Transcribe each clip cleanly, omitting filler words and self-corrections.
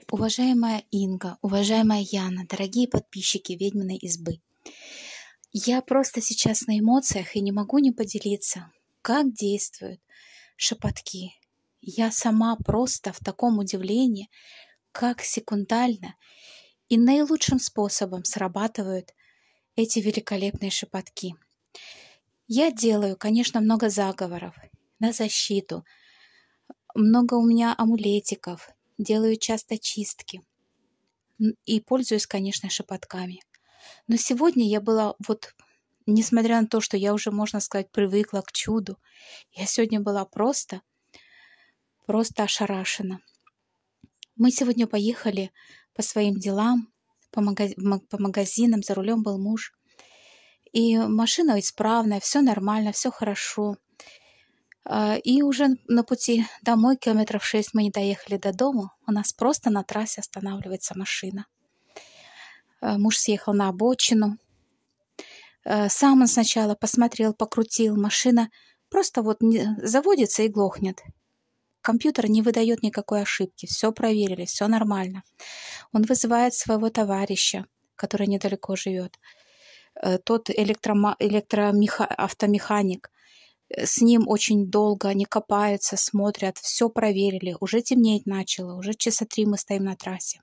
Уважаемая Инга, уважаемая Яна, дорогие подписчики «Ведьминой избы». Я просто сейчас на эмоциях и не могу не поделиться, как действуют шепотки. Я сама просто в таком удивлении, как секундально и наилучшим способом срабатывают эти великолепные шепотки. Я делаю, конечно, много заговоров на защиту, много у меня амулетиков, делаю часто чистки и пользуюсь, конечно, шепотками. Но сегодня я была несмотря на то, что я уже, можно сказать, привыкла к чуду, я сегодня была просто ошарашена. Мы сегодня поехали по своим делам, по магазинам, за рулем был муж. И машина исправная, все нормально, все хорошо. И уже на пути домой, километров 6 мы не доехали до дома, у нас просто на трассе останавливается машина. Муж съехал на обочину. Сам он сначала посмотрел, покрутил, машина просто заводится и глохнет. Компьютер не выдает никакой ошибки, все проверили, все нормально. Он вызывает своего товарища, который недалеко живет. Тот автомеханик. С ним очень долго они копаются, смотрят, все проверили. Уже темнеть начало, уже часа 3 мы стоим на трассе.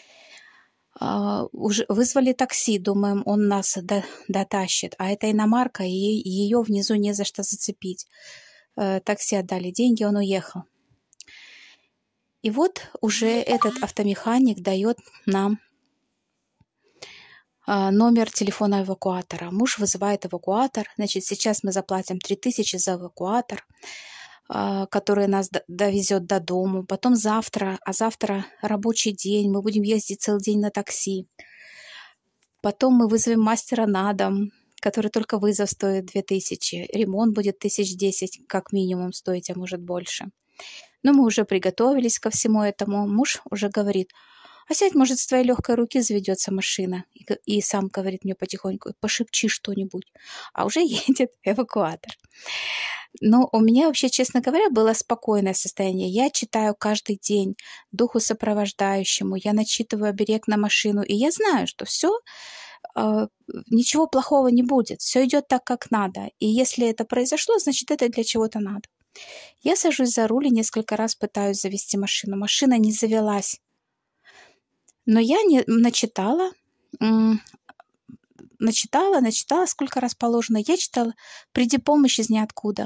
Уже вызвали такси, думаем, он нас дотащит. А это иномарка, и ее внизу не за что зацепить. Такси отдали деньги, он уехал. И вот уже этот автомеханик дает нам номер телефона эвакуатора. Муж вызывает эвакуатор. Значит, сейчас мы заплатим 3000 за эвакуатор, который нас довезет до дому. Потом завтра рабочий день, мы будем ездить целый день на такси. Потом мы вызовем мастера на дом, который только вызов стоит 2000. Ремонт будет 1010 как минимум стоить, а может больше. Но мы уже приготовились ко всему этому. Муж уже говорит: а сядь, может, с твоей легкой руки заведется машина. И сам говорит мне потихоньку: пошепчи что-нибудь. А уже едет эвакуатор. Но у меня вообще, честно говоря, было спокойное состояние. Я читаю каждый день духу сопровождающему, я начитываю оберег на машину, и я знаю, что все, ничего плохого не будет, все идет так, как надо. И если это произошло, значит, это для чего-то надо. Я сажусь за руль и несколько раз пытаюсь завести машину. Машина не завелась. Но я не начитала, сколько раз положено. Я читала «Приди помощь из ниоткуда».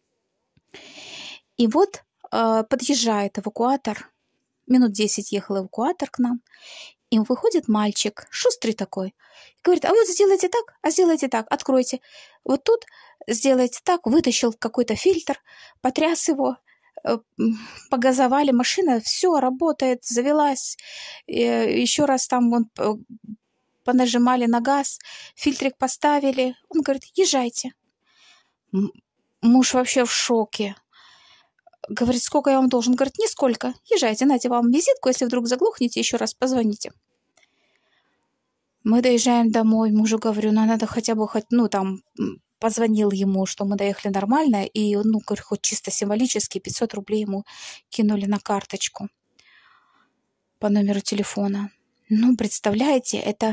И вот подъезжает эвакуатор. Минут 10 ехал эвакуатор к нам. И выходит мальчик, шустрый такой. Говорит: а вот сделайте так, а сделайте так, откройте. Вот тут сделайте так. Вытащил какой-то фильтр, потряс его, погазовали, машина, все работает, завелась. Еще раз там понажимали на газ, фильтрик поставили. Он говорит: езжайте. Муж вообще в шоке. Говорит: сколько я вам должен? Говорит: нисколько. Езжайте, нате вам визитку, если вдруг заглохнете, еще раз позвоните. Мы доезжаем домой, мужу говорю: надо хотя бы позвонил ему, что мы доехали нормально, и, говорю, хоть чисто символически 500 рублей ему кинули на карточку по номеру телефона. Представляете, это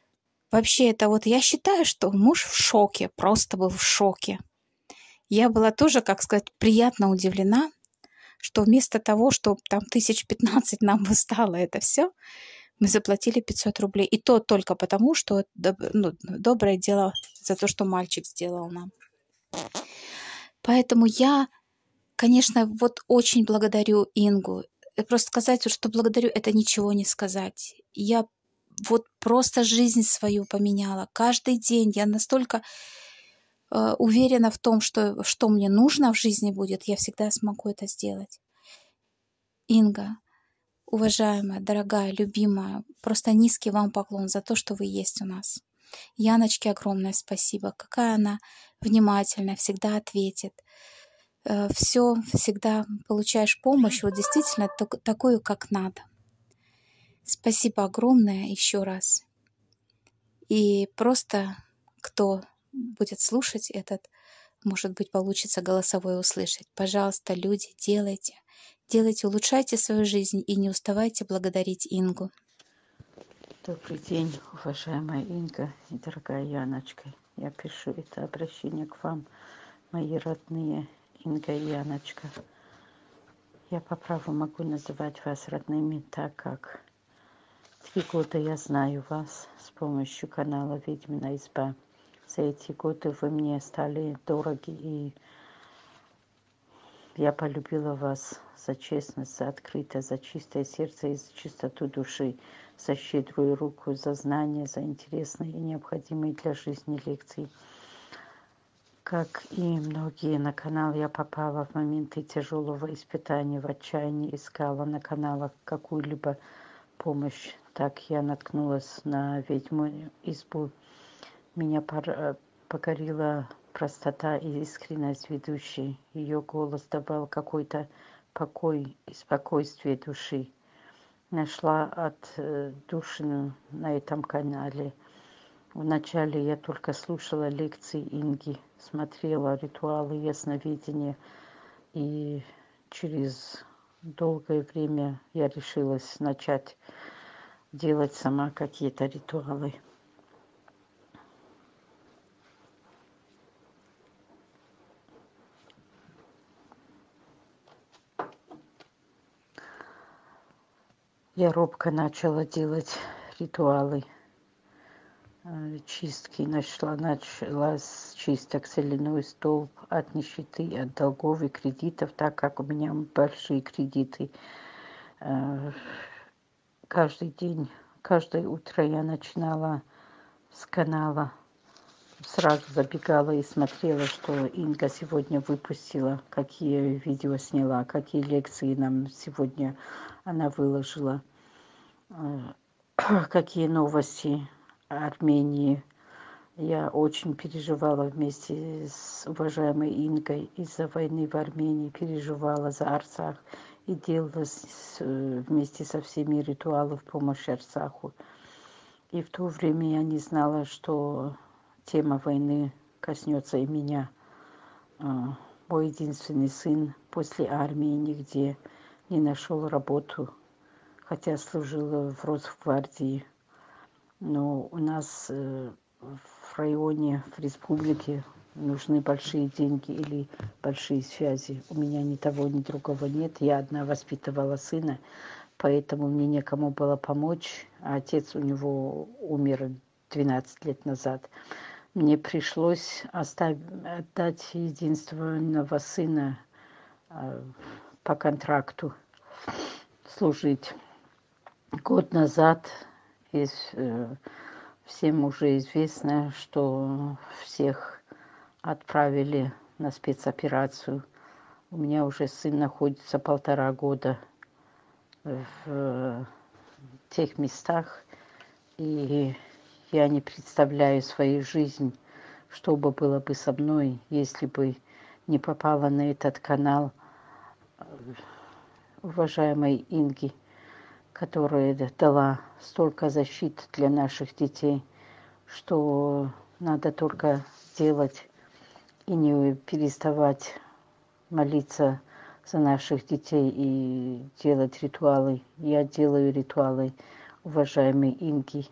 я считаю, что муж в шоке, просто был в шоке. Я была тоже, как сказать, приятно удивлена, что вместо того, что там 15 нам бы стало это все, мы заплатили 500 рублей. И то только потому, что доброе дело за то, что мальчик сделал нам. Поэтому я, конечно, очень благодарю Ингу. Просто сказать, что благодарю, это ничего не сказать. Я просто жизнь свою поменяла. Каждый день я настолько уверена в том, что мне нужно в жизни будет, я всегда смогу это сделать. Инга, уважаемая, дорогая, любимая, просто низкий вам поклон за то, что вы есть у нас. Яночке огромное спасибо. Какая она внимательная, всегда ответит. Все, всегда получаешь помощь, действительно такую, как надо. Спасибо огромное еще раз. И просто кто будет слушать может быть, получится голосовой услышать. Пожалуйста, люди, делайте. Делайте, улучшайте свою жизнь и не уставайте благодарить Ингу. Добрый день, уважаемая Инга и дорогая Яночка. Я пишу это обращение к вам, мои родные Инга и Яночка. Я по праву могу называть вас родными, так как 3 года я знаю вас с помощью канала «Ведьмина изба». За эти годы вы мне стали дороги, и я полюбила вас за честность, за открытое, за чистое сердце и за чистоту души, за щедрую руку, за знания, за интересные и необходимые для жизни лекции. Как и многие на канал, я попала в моменты тяжелого испытания, в отчаянии искала на каналах какую-либо помощь. Так я наткнулась на «Ведьмину избу». Меня покорила простота и искренность ведущей. Ее голос давал какой-то покой и спокойствие души. Нашла отдушину на этом канале. Вначале я только слушала лекции Инги, смотрела ритуалы ясновидения, и через долгое время я решилась начать делать сама какие-то ритуалы. Я робко начала делать ритуалы чистки. Начала с чисток соляной столб от нищеты, от долгов и кредитов, так как у меня большие кредиты. Каждый день, каждое утро я начинала с канала, сразу забегала и смотрела, что Инга сегодня выпустила, какие видео сняла, какие лекции нам сегодня она выложила, какие новости Армении. Я очень переживала вместе с уважаемой Ингой из-за войны в Армении, переживала за Арцах и делала вместе со всеми ритуалы в помощь Арцаху. И в то время я не знала, что тема войны коснется и меня. Мой единственный сын после армии нигде не нашел работу, хотя служил в Росгвардии. Но у нас в районе, в республике нужны большие деньги или большие связи. У меня ни того, ни другого нет. Я одна воспитывала сына, поэтому мне некому было помочь. А отец у него умер 12 лет назад. Мне пришлось отдать единственного сына по контракту служить. Год назад всем уже известно, что всех отправили на спецоперацию. У меня уже сын находится 1,5 года в тех местах, и я не представляю свою жизнь, что бы было бы со мной, если бы не попала на этот канал уважаемой Инги, которая дала столько защиты для наших детей, что надо только делать и не переставать молиться за наших детей и делать ритуалы. Я делаю ритуалы уважаемой Инги.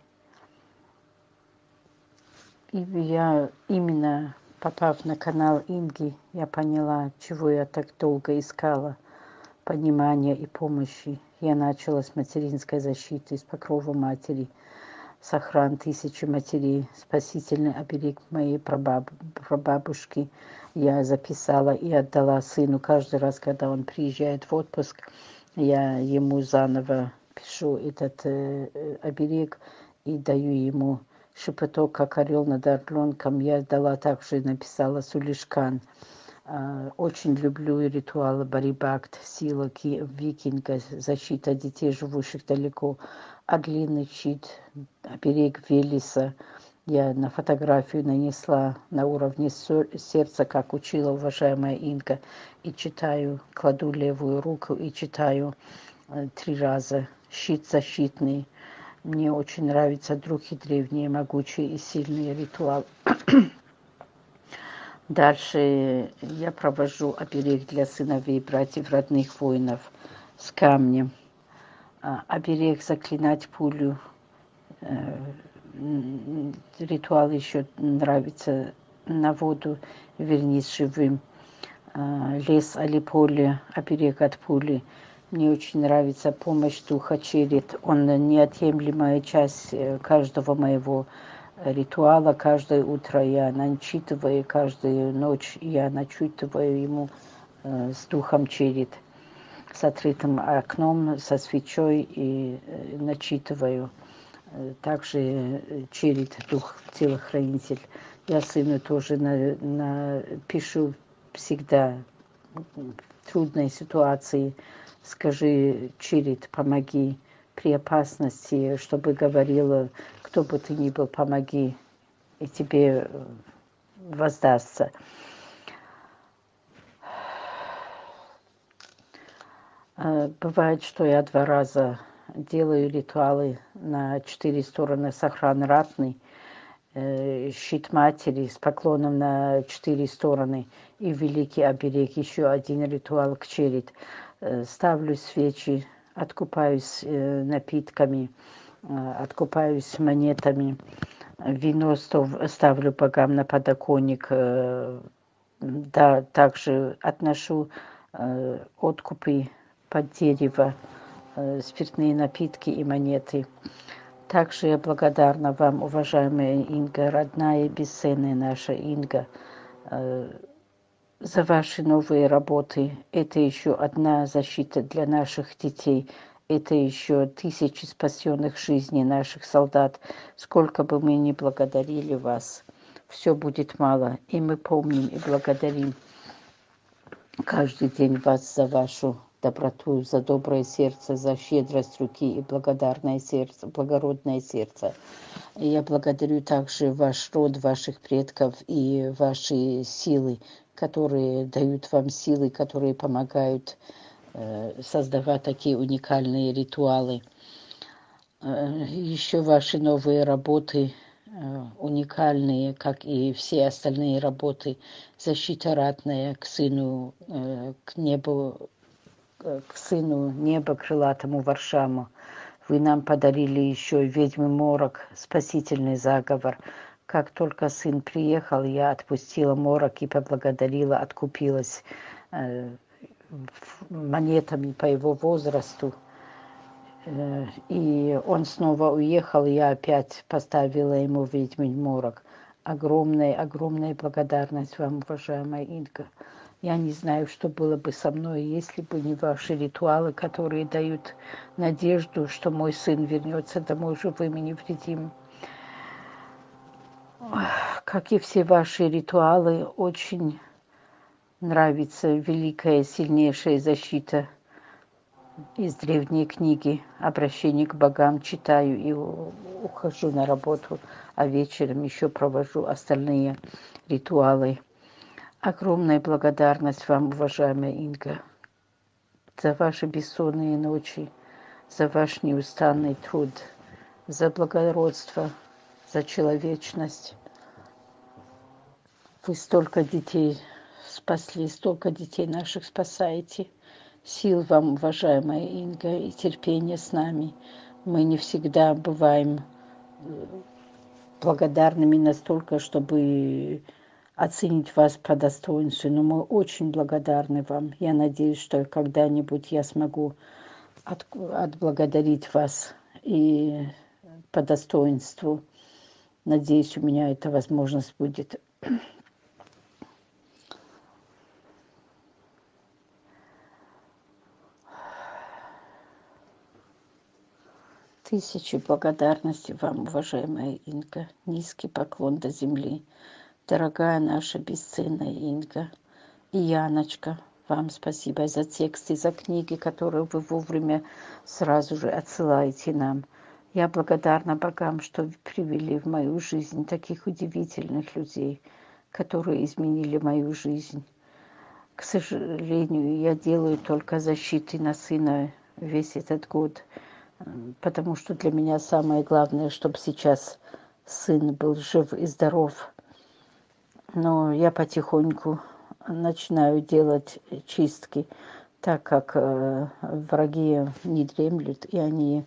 И я именно попав на канал Инги, я поняла, чего я так долго искала. Понимания и помощи. Я начала с материнской защиты, с покрова матери, сохран 1000 матерей, спасительный оберег моей прабабушки. Я записала и отдала сыну каждый раз, когда он приезжает в отпуск. Я ему заново пишу этот оберег и даю ему шепоток, как орел над орленком. Я дала также, написала Сулишкан. Очень люблю ритуалы Барибакт, сила викинга, защита детей, живущих далеко, орлиный щит, оберег Велеса. Я на фотографию нанесла на уровне сердца, как учила уважаемая Инга, и читаю, кладу левую руку и читаю 3 раза. Щит защитный. Мне очень нравятся другие древние, могучие и сильные ритуалы. Дальше я провожу оберег для сыновей, братьев, родных воинов с камнем. Оберег заклинать пулю. Ритуал еще нравится на воду, вернись живым. Лес али поле, оберег от пули. Мне очень нравится помощь духа Черит. Он неотъемлемая часть каждого моего ритуала. Каждое утро я начитываю, каждую ночь я начитываю ему с духом Черит, с открытым окном, со свечой и начитываю. Также Черит, дух телохранитель. Я сыну тоже пишу всегда в трудной ситуации. Скажи, Черит, помоги при опасности, чтобы говорила, кто бы ты ни был, помоги, и тебе воздастся. Бывает, что я 2 раза делаю ритуалы на 4 стороны, сохран ратный, щит матери с поклоном на 4 стороны и великий оберег, еще один ритуал к Черит. Ставлю свечи, откупаюсь напитками, откупаюсь монетами, вино ставлю богам на подоконник, да, также отношу откупы под дерево, спиртные напитки и монеты. Также я благодарна вам, уважаемая Инга, родная и бесценная наша Инга, за ваши новые работы. Это еще одна защита для наших детей. Это еще 1000 спасенных жизней наших солдат. Сколько бы мы ни благодарили вас, все будет мало. И мы помним и благодарим каждый день вас за вашу доброту, за доброе сердце, за щедрость руки и благодарное сердце, благородное сердце. И я благодарю также ваш род, ваших предков и ваши силы, которые дают вам силы, которые помогают создавать такие уникальные ритуалы. Еще ваши новые работы уникальные, как и все остальные работы. Защита ратная к сыну, к небу, к сыну неба крылатому Варшаму. Вы нам подарили еще ведьмы Морок, спасительный заговор. Как только сын приехал, я отпустила Морок и поблагодарила, откупилась монетами по его возрасту. И он снова уехал, я опять поставила ему ведьмин Морок. Огромная благодарность вам, уважаемая Инга. Я не знаю, что было бы со мной, если бы не ваши ритуалы, которые дают надежду, что мой сын вернется домой живым и невредимым. Как и все ваши ритуалы, очень нравится великая, сильнейшая защита из древней книги. Обращение к богам читаю и ухожу на работу, а вечером еще провожу остальные ритуалы. Огромная благодарность вам, уважаемая Инга, за ваши бессонные ночи, за ваш неустанный труд, за благородство, за человечность. Вы столько детей спасли, столько детей наших спасаете. Сил вам, уважаемая Инга, и терпения с нами. Мы не всегда бываем благодарными настолько, чтобы оценить вас по достоинству, но мы очень благодарны вам. Я надеюсь, что когда-нибудь я смогу отблагодарить вас и по достоинству. Надеюсь, у меня эта возможность будет. Тысячи благодарностей вам, уважаемая Инга. Низкий поклон до земли. Дорогая наша бесценная Инга. И Яночка, вам спасибо за тексты, за книги, которые вы вовремя сразу же отсылаете нам. Я благодарна богам, что вы привели в мою жизнь таких удивительных людей, которые изменили мою жизнь. К сожалению, я делаю только защиты на сына весь этот год, потому что для меня самое главное, чтобы сейчас сын был жив и здоров. Но я потихоньку начинаю делать чистки, так как враги не дремлют, и они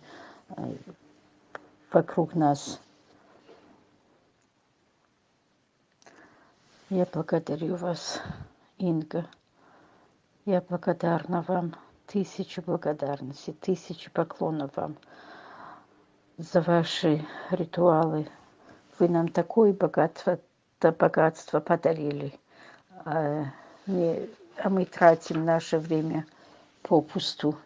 вокруг нас. Я благодарю вас, Инга. Я благодарна вам. Тысячи благодарностей, тысячи поклонов вам за ваши ритуалы. Вы нам такое богатство подарили, а мы тратим наше время попусту.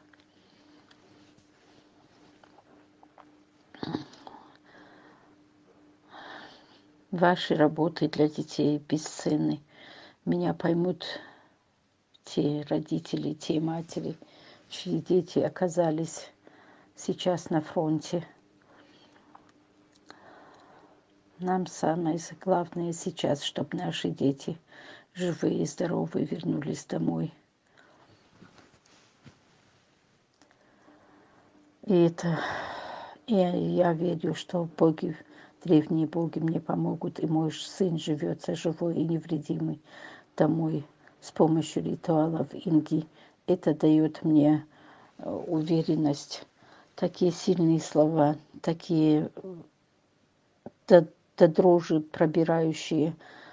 Ваши работы для детей бесценны. Меня поймут те родители, те матери, чьи дети оказались сейчас на фронте. Нам самое главное сейчас, чтобы наши дети живые и здоровые вернулись домой. И я верю, что древние боги мне помогут, и мой сын живется живой и невредимый домой с помощью ритуалов Инги. Это дает мне уверенность. Такие сильные слова, такие до дрожи пробирающие,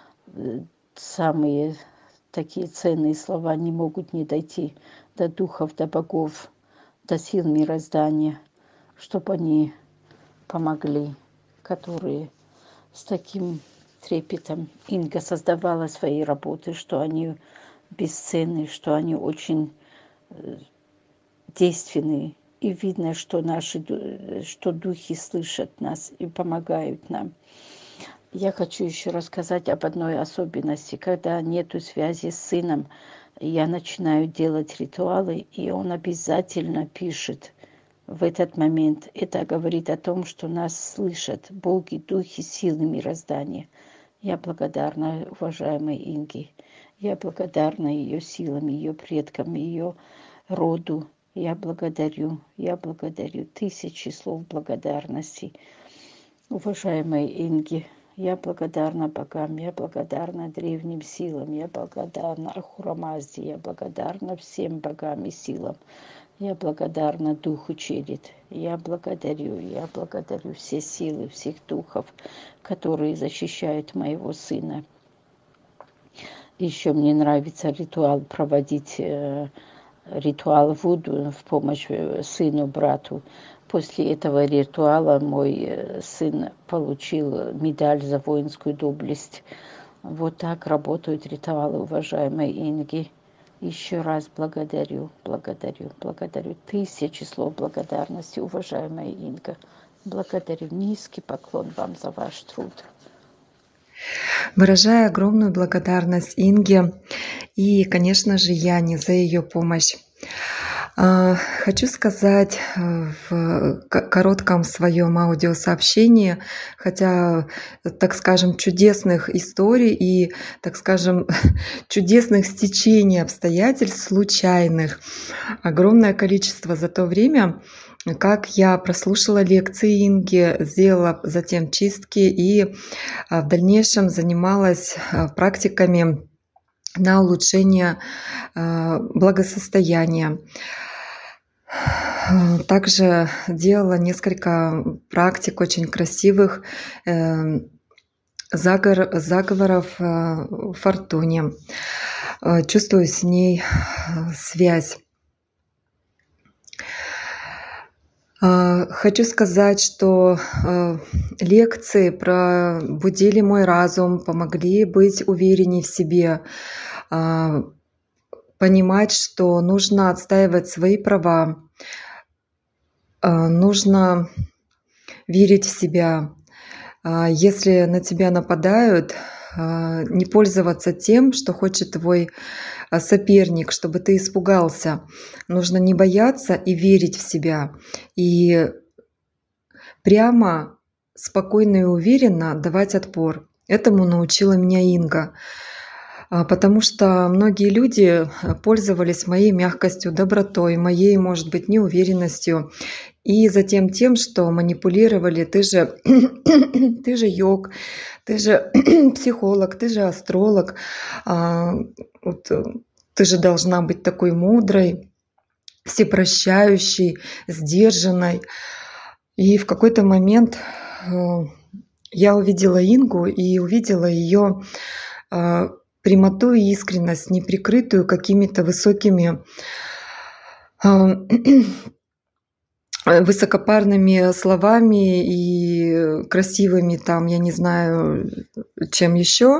самые такие ценные слова не могут не дойти до духов, до богов, до сил мироздания, чтобы они помогли, которые с таким трепетом Инга создавала свои работы, что они бесценны, что они очень действенные. И видно, что что духи слышат нас и помогают нам. Я хочу еще рассказать об одной особенности. Когда нету связи с сыном, я начинаю делать ритуалы, и он обязательно пишет в этот момент. Это говорит о том, что нас слышат боги, духи, силы мироздания. Я благодарна уважаемой Инге. Я благодарна ее силам, ее предкам, ее роду. Я благодарю тысячи слов благодарности уважаемой Инге. Я благодарна богам, я благодарна древним силам, я благодарна Ахура Мазде, я благодарна всем богам и силам. Я благодарна Духу Черед. Я благодарю все силы, всех духов, которые защищают моего сына. Еще мне нравится ритуал проводить, ритуал Вуду в помощь сыну, брату. После этого ритуала мой сын получил медаль за воинскую доблесть. Вот так работают ритуалы уважаемой Инги. Еще раз благодарю. Тысячи слов благодарности, уважаемая Инга. Благодарю. Низкий поклон вам за ваш труд. Выражаю огромную благодарность Инге и, конечно же, Яне за ее помощь. Хочу сказать в коротком своем аудиосообщении, хотя, так скажем, чудесных историй и, так скажем, чудесных стечений обстоятельств, случайных, огромное количество за то время, как я прослушала лекции Инги, сделала затем чистки и в дальнейшем занималась практиками на улучшение благосостояния. Также делала несколько практик очень красивых заговоров Фортуне. Чувствую с ней связь. Хочу сказать, что лекции пробудили мой разум, помогли быть увереннее в себе, понимать, что нужно отстаивать свои права, нужно верить в себя. Если на тебя нападают, не пользоваться тем, что хочет твой соперник, чтобы ты испугался. Нужно не бояться и верить в себя. И прямо, спокойно и уверенно давать отпор. Этому научила меня Инга. Потому что многие люди пользовались моей мягкостью, добротой, моей, может быть, неуверенностью. И затем тем, что манипулировали: ты же, ты же йог, ты же психолог, ты же астролог, а, вот, ты же должна быть такой мудрой, всепрощающей, сдержанной. И в какой-то момент я увидела Ингу и увидела ее прямоту и искренность, не прикрытую какими-то высокими а, высокопарными словами и красивыми там, я не знаю, чем еще,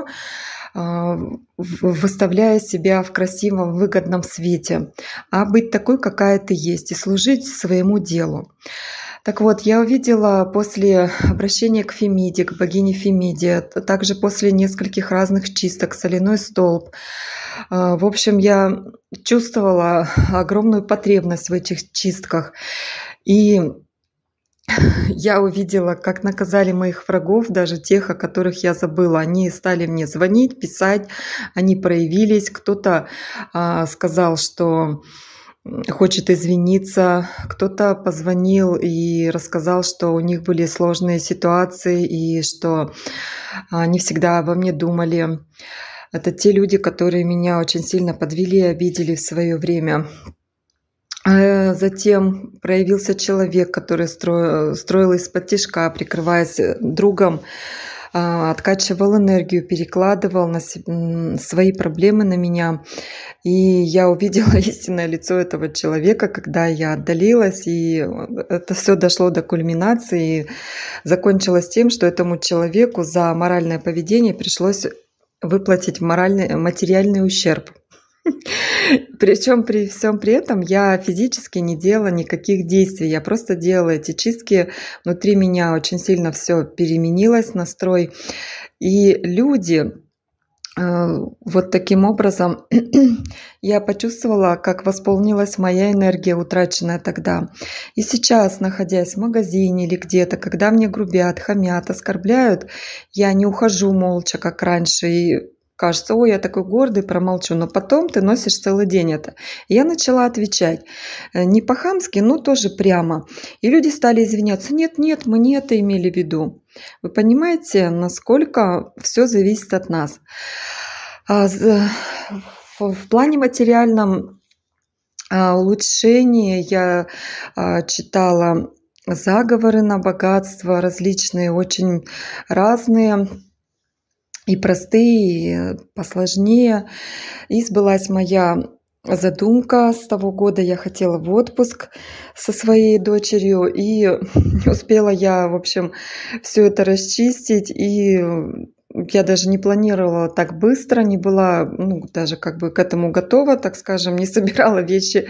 выставляя себя в красивом, выгодном свете, а быть такой, какая ты есть, и служить своему делу. Так вот, я увидела после обращения к Фемиде, к богине Фемиде, также после нескольких разных чисток, соляной столб. В общем, я чувствовала огромную потребность в этих чистках. И я увидела, как наказали моих врагов, даже тех, о которых я забыла. Они стали мне звонить, писать, они проявились. Кто-то сказал, что хочет извиниться, кто-то позвонил и рассказал, что у них были сложные ситуации и что они всегда обо мне думали. Это те люди, которые меня очень сильно подвели и обидели в свое время. Затем проявился человек, который строил из-под тишка, прикрываясь другом, откачивал энергию, перекладывал свои проблемы на меня. И я увидела истинное лицо этого человека, когда я отдалилась, и это все дошло до кульминации, и закончилось тем, что этому человеку за моральное поведение пришлось выплатить материальный ущерб. Причем при всем при этом я физически не делала никаких действий, я просто делала эти чистки. Внутри меня очень сильно все переменилось, настрой. И люди, вот таким образом я почувствовала, как восполнилась моя энергия, утраченная тогда. И сейчас, находясь в магазине или где-то, когда мне грубят, хамят, оскорбляют, я не ухожу молча, как раньше, и кажется: ой, я такой гордый, промолчу. Но потом ты носишь целый день это. И я начала отвечать. Не по-хамски, но тоже прямо. И люди стали извиняться: нет, нет, мы не это имели в виду. Вы понимаете, насколько все зависит от нас. В плане материальном улучшения я читала заговоры на богатство, различные, очень разные, и простые, и посложнее. И сбылась моя задумка. С того года я хотела в отпуск со своей дочерью, и не успела я, в общем, все это расчистить. И я даже не планировала так быстро, не была, даже как бы к этому готова, так скажем, не собирала вещи.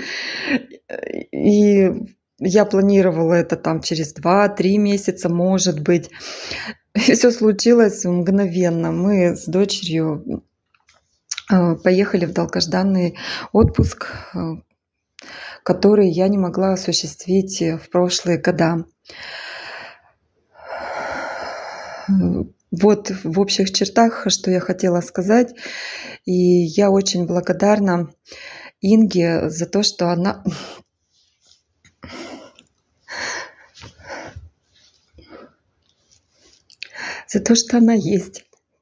И я планировала это там через 2-3 месяца, может быть. И все случилось мгновенно. Мы с дочерью поехали в долгожданный отпуск, который я не могла осуществить в прошлые года. Вот в общих чертах, что я хотела сказать. И я очень благодарна Инге за то, что она есть.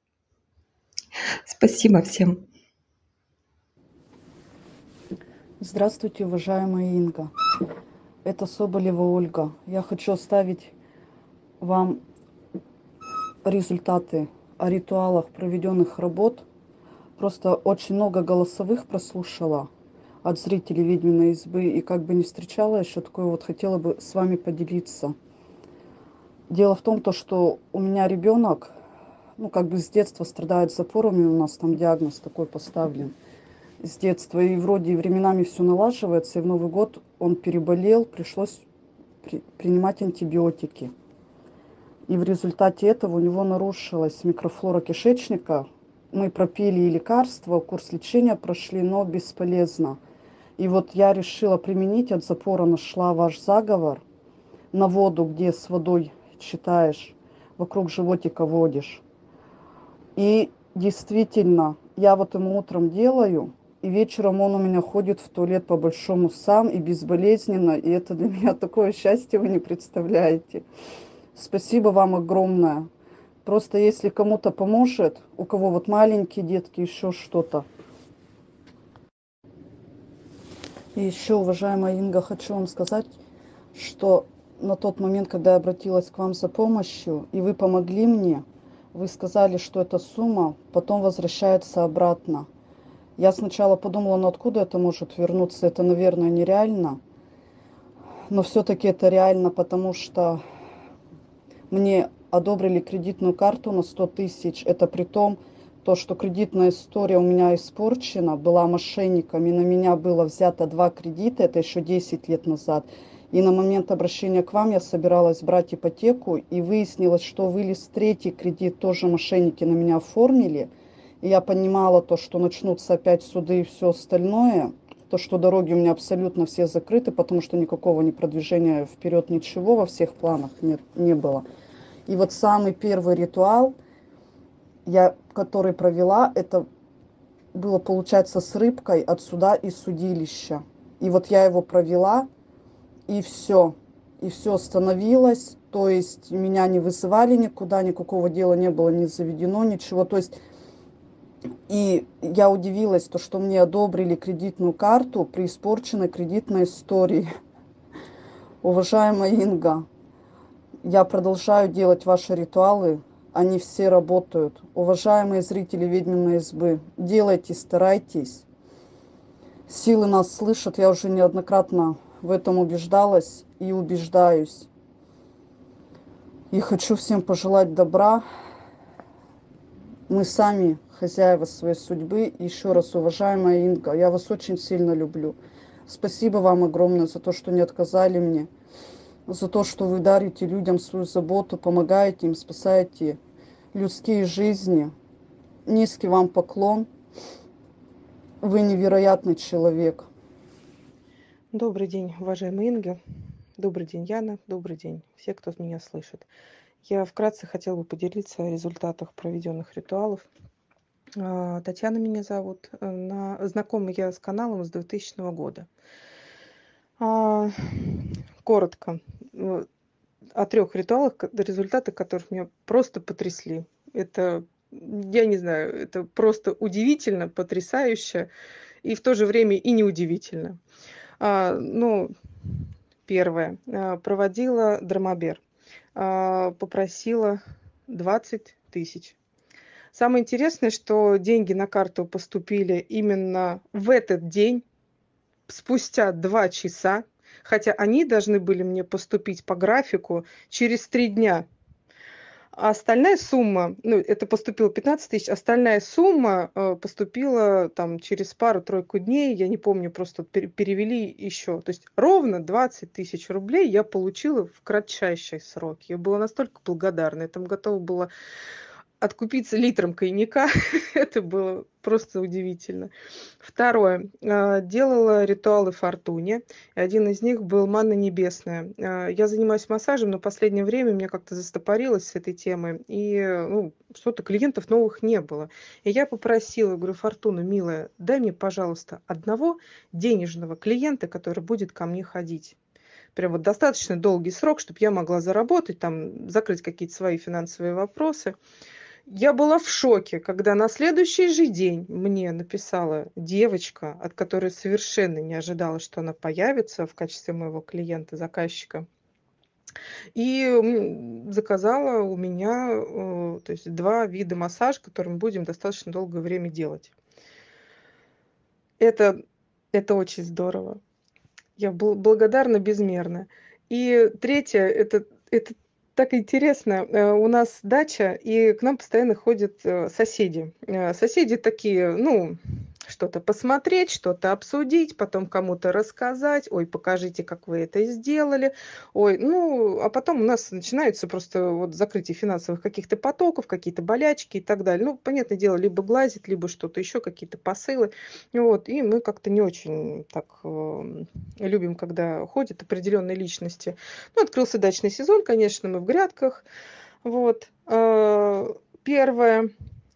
Спасибо всем. Здравствуйте, уважаемая Инга. Это Соболева Ольга. Я хочу оставить вам результаты о ритуалах проведенных работ. Просто очень много голосовых прослушала от зрителей «Ведьминой избы» и как бы не встречала еще такое, вот хотела бы с вами поделиться. Дело в том, что у меня ребенок, как бы с детства страдает запорами, у нас там диагноз такой поставлен с детства, и вроде временами все налаживается, и в Новый год он переболел, пришлось принимать антибиотики. И в результате этого у него нарушилась микрофлора кишечника. Мы пропили и лекарства, курс лечения прошли, но бесполезно. И вот я решила применить, от запора нашла ваш заговор на воду, где с водой читаешь, вокруг животика водишь. И действительно, я вот ему утром делаю, и вечером он у меня ходит в туалет по-большому сам и безболезненно, и это для меня такое счастье, вы не представляете. Спасибо вам огромное. Просто если кому-то поможет, у кого вот маленькие детки, еще что-то. И еще, уважаемая Инга, хочу вам сказать, что на тот момент, когда я обратилась к вам за помощью, и вы помогли мне, вы сказали, что эта сумма потом возвращается обратно. Я сначала подумала, ну откуда это может вернуться, это, наверное, нереально. Но все-таки это реально, потому что мне одобрили кредитную карту на 100 тысяч. Это при том, то, что кредитная история у меня испорчена, была мошенниками. На меня было взято 2 кредита, это еще 10 лет назад. И на момент обращения к вам я собиралась брать ипотеку, и выяснилось, что вылез 3-й кредит, тоже мошенники на меня оформили. И я понимала то, что начнутся опять суды и все остальное. То, что дороги у меня абсолютно все закрыты, потому что никакого ни продвижения вперед, ничего во всех планах не было. И вот самый первый ритуал, который провела, это было, получается, с рыбкой от суда и судилища. И вот я его провела, и все остановилось. То есть меня не вызывали никуда, никакого дела не было не заведено, ничего. То есть и я удивилась, то, что мне одобрили кредитную карту при испорченной кредитной истории. Уважаемая Инга, я продолжаю делать ваши ритуалы, они все работают. Уважаемые зрители «Ведьминой избы», делайте, старайтесь. Силы нас слышат, я уже неоднократно в этом убеждалась и убеждаюсь. И хочу всем пожелать добра. Мы сами хозяева своей судьбы. Еще раз, уважаемая Инга, я вас очень сильно люблю. Спасибо вам огромное за то, что не отказали мне, за то, что вы дарите людям свою заботу, помогаете им, спасаете людские жизни. Низкий вам поклон. Вы невероятный человек. Добрый день, уважаемая Инга. Добрый день, Яна. Добрый день, все, кто меня слышит. Я вкратце хотела бы поделиться о результатах проведенных ритуалов. Татьяна меня зовут. Знакома я с каналом с 2000 года. Коротко. О 3 ритуалах, результаты которых меня просто потрясли. Это, я не знаю, это просто удивительно, потрясающе и в то же время и неудивительно. Первое. Проводила драмабер. Попросила 20 тысяч. Самое интересное, что деньги на карту поступили именно в этот день, спустя 2 часа, хотя они должны были мне поступить по графику через 3 дня. А остальная сумма, это поступило 15 тысяч, остальная сумма поступила там через пару-тройку дней, я не помню, просто перевели еще. То есть ровно 20 тысяч рублей я получила в кратчайшие сроки. Я была настолько благодарна, я там готова была откупиться литром коньяка. Это было просто удивительно. Второе. Делала ритуалы фортуне. Один из них был манна небесная. Я занимаюсь массажем, но в последнее время меня как-то застопорилось с этой темой. И что-то клиентов новых не было. И я попросила, говорю, Фортуна, милая, дай мне, пожалуйста, одного денежного клиента, который будет ко мне ходить. Прям вот достаточно долгий срок, чтобы я могла заработать, там, закрыть какие-то свои финансовые вопросы. Я была в шоке, когда на следующий же день мне написала девочка, от которой совершенно не ожидала, что она появится в качестве моего клиента, заказчика. И заказала у меня то есть 2 вида массажа, которые мы будем достаточно долгое время делать. Это очень здорово. Я благодарна безмерно. И третье, это так интересно. У нас дача, и к нам постоянно ходят соседи. Соседи такие, что-то посмотреть, что-то обсудить, потом кому-то рассказать. Ой, покажите, как вы это сделали. Ой, а потом у нас начинаются просто вот закрытие финансовых каких-то потоков, какие-то болячки и так далее. Понятное дело, либо глазит, либо что-то еще, какие-то посылы. И мы как-то не очень так любим, когда ходят определенные личности. Открылся дачный сезон, конечно, мы в грядках. Первое.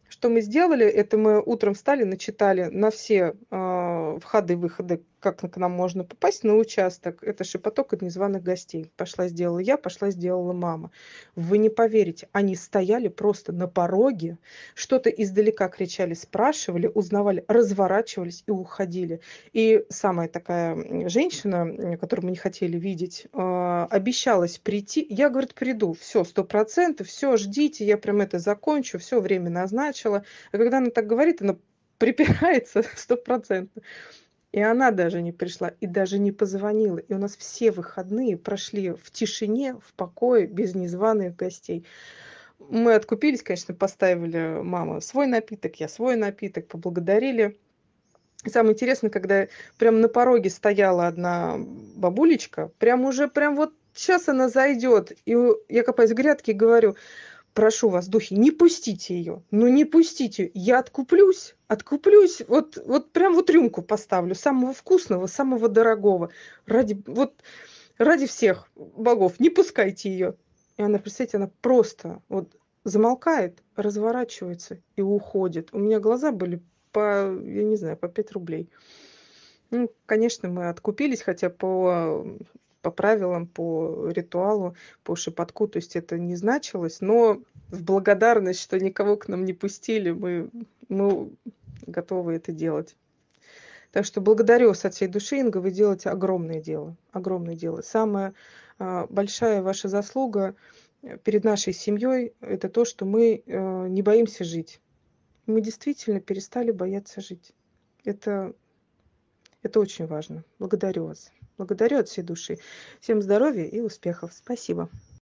Что мы сделали, это мы утром встали, начитали на все входы-выходы, как к нам можно попасть на участок. Это шепоток от незваных гостей. Пошла сделала я, пошла сделала мама. Вы не поверите, они стояли просто на пороге, что-то издалека кричали, спрашивали, узнавали, разворачивались и уходили. И самая такая женщина, которую мы не хотели видеть, обещалась прийти. Я, говорит, приду, все, 100%, все, ждите, я прям это закончу, все, время назначила. А когда она так говорит, она припирается 100%. И она даже не пришла, и даже не позвонила. И у нас все выходные прошли в тишине, в покое, без незваных гостей. Мы откупились, конечно, поставили мама свой напиток, я свой напиток, поблагодарили. И самое интересное, когда прям на пороге стояла одна бабулечка, прям уже, прям вот сейчас она зайдет. И я копаюсь в грядке и говорю: прошу вас, духи, не пустите ее, ну не пустите, я откуплюсь, вот прям вот рюмку поставлю, самого вкусного, самого дорогого, ради всех богов, не пускайте ее. И она, представьте, она просто вот замолкает, разворачивается и уходит. У меня глаза были я не знаю, по 5 рублей. Ну, конечно, мы откупились, хотя по правилам, по ритуалу, по шепотку, то есть это не значилось, но в благодарность, что никого к нам не пустили, мы готовы это делать. Так что благодарю вас от всей души, Инга, вы делаете огромное дело, огромное дело. Самая большая ваша заслуга перед нашей семьей – это то, что мы не боимся жить. Мы действительно перестали бояться жить. Это очень важно. Благодарю вас. Благодарю от всей души. Всем здоровья и успехов. Спасибо.